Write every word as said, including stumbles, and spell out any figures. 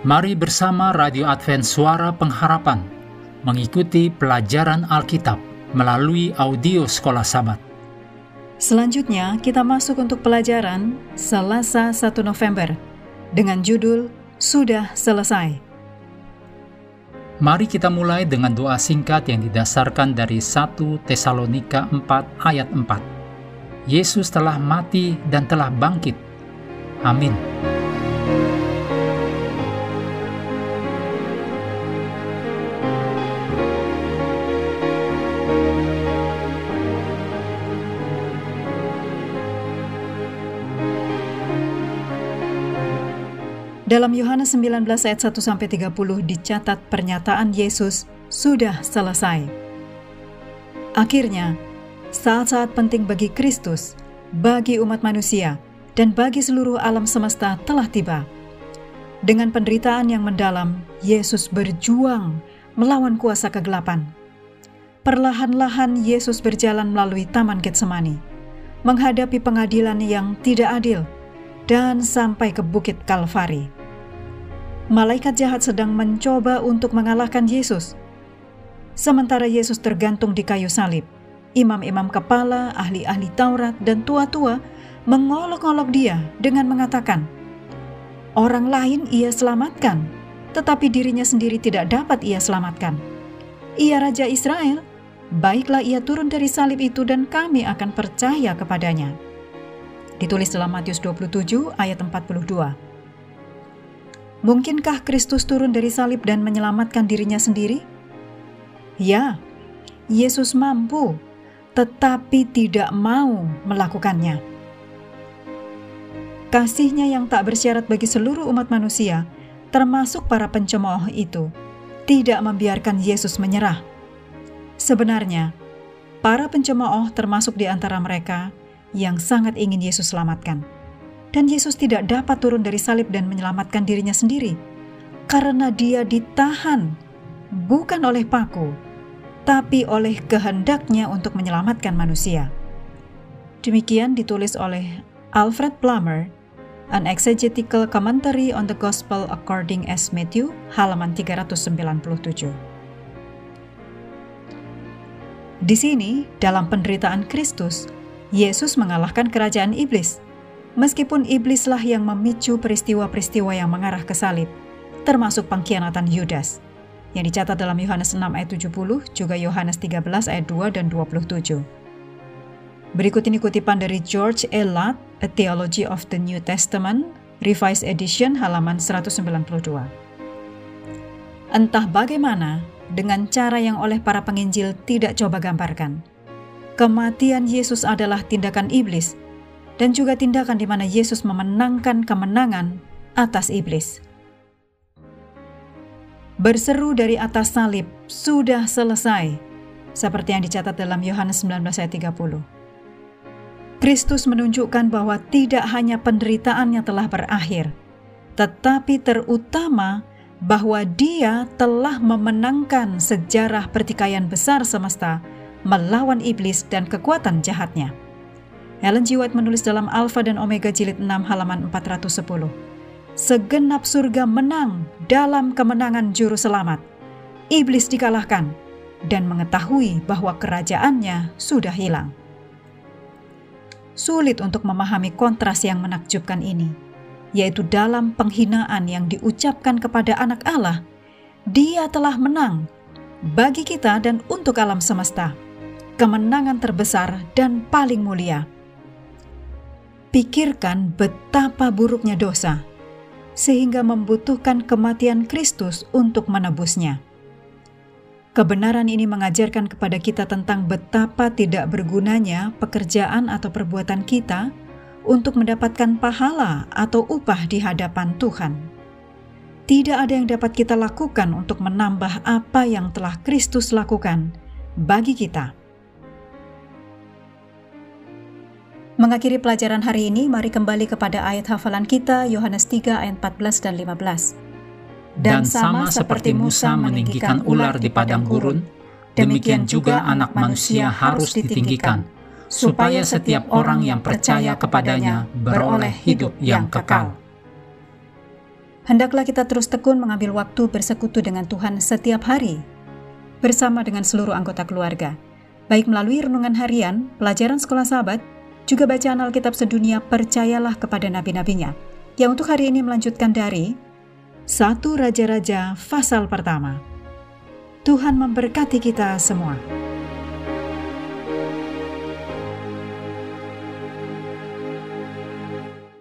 Mari bersama Radio Advent Suara Pengharapan mengikuti pelajaran Alkitab melalui audio Sekolah Sabat. Selanjutnya kita masuk untuk pelajaran Selasa satu November dengan judul Sudah Selesai. Mari kita mulai dengan doa singkat yang didasarkan dari satu Tesalonika empat ayat empat. Yesus telah mati dan telah bangkit. Amin. Dalam Yohanes sembilan belas ayat satu sampai tiga puluh dicatat pernyataan Yesus sudah selesai. Akhirnya, saat-saat penting bagi Kristus, bagi umat manusia, dan bagi seluruh alam semesta telah tiba. Dengan penderitaan yang mendalam, Yesus berjuang melawan kuasa kegelapan. Perlahan-lahan Yesus berjalan melalui Taman Getsemani, menghadapi pengadilan yang tidak adil, dan sampai ke Bukit Kalvari. Malaikat jahat sedang mencoba untuk mengalahkan Yesus. Sementara Yesus tergantung di kayu salib, imam-imam kepala, ahli-ahli Taurat, dan tua-tua mengolok-olok dia dengan mengatakan, orang lain ia selamatkan, tetapi dirinya sendiri tidak dapat ia selamatkan. Ia Raja Israel, baiklah ia turun dari salib itu dan kami akan percaya kepadanya. Ditulis dalam Matius dua puluh tujuh ayat empat puluh dua. Mungkinkah Kristus turun dari salib dan menyelamatkan dirinya sendiri? Ya, Yesus mampu, tetapi tidak mau melakukannya. Kasih-Nya yang tak bersyarat bagi seluruh umat manusia, termasuk para pencemooh itu, tidak membiarkan Yesus menyerah. Sebenarnya, para pencemooh termasuk di antara mereka yang sangat ingin Yesus selamatkan. Dan Yesus tidak dapat turun dari salib dan menyelamatkan dirinya sendiri, karena dia ditahan bukan oleh paku, tapi oleh kehendaknya untuk menyelamatkan manusia. Demikian ditulis oleh Alfred Plummer, An Exegetical Commentary on the Gospel According as Matthew, halaman tiga ratus sembilan puluh tujuh. Di sini, dalam penderitaan Kristus, Yesus mengalahkan kerajaan iblis. Meskipun iblislah yang memicu peristiwa-peristiwa yang mengarah ke salib, termasuk pengkhianatan Yudas, yang dicatat dalam Yohanes enam ayat tujuh puluh, juga Yohanes tiga belas ayat dua dan dua puluh tujuh. Berikut ini kutipan dari George Eliot, A Theology of the New Testament, Revised Edition, halaman seratus sembilan puluh dua. Entah bagaimana, dengan cara yang oleh para penginjil tidak coba gambarkan, kematian Yesus adalah tindakan iblis, dan juga tindakan di mana Yesus memenangkan kemenangan atas iblis. Berseru dari atas salib, sudah selesai, seperti yang dicatat dalam Yohanes sembilan belas ayat tiga puluh. Kristus menunjukkan bahwa tidak hanya penderitaannya telah berakhir, tetapi terutama bahwa Dia telah memenangkan sejarah pertikaian besar semesta melawan iblis dan kekuatan jahatnya. Ellen G. White menulis dalam Alfa dan Omega jilid enam halaman empat ratus sepuluh. Segenap surga menang dalam kemenangan juru selamat. Iblis dikalahkan dan mengetahui bahwa kerajaannya sudah hilang. Sulit untuk memahami kontras yang menakjubkan ini, yaitu dalam penghinaan yang diucapkan kepada anak Allah, Dia telah menang bagi kita dan untuk alam semesta. Kemenangan terbesar dan paling mulia. Pikirkan betapa buruknya dosa, sehingga membutuhkan kematian Kristus untuk menebusnya. Kebenaran ini mengajarkan kepada kita tentang betapa tidak bergunanya pekerjaan atau perbuatan kita untuk mendapatkan pahala atau upah di hadapan Tuhan. Tidak ada yang dapat kita lakukan untuk menambah apa yang telah Kristus lakukan bagi kita. Mengakhiri pelajaran hari ini, mari kembali kepada ayat hafalan kita, Yohanes tiga ayat empat belas dan lima belas. Dan sama seperti Musa meninggikan ular di padang gurun, demikian juga anak manusia harus ditinggikan, supaya setiap orang yang percaya kepadanya beroleh hidup yang kekal. hendaklah kita terus tekun mengambil waktu bersekutu dengan Tuhan setiap hari, bersama dengan seluruh anggota keluarga, baik melalui renungan harian, pelajaran sekolah sahabat, juga bacaan Alkitab sedunia Percayalah kepada Nabi-Nabinya, yang untuk hari ini melanjutkan dari satu Raja-Raja pasal pertama. Tuhan memberkati kita semua.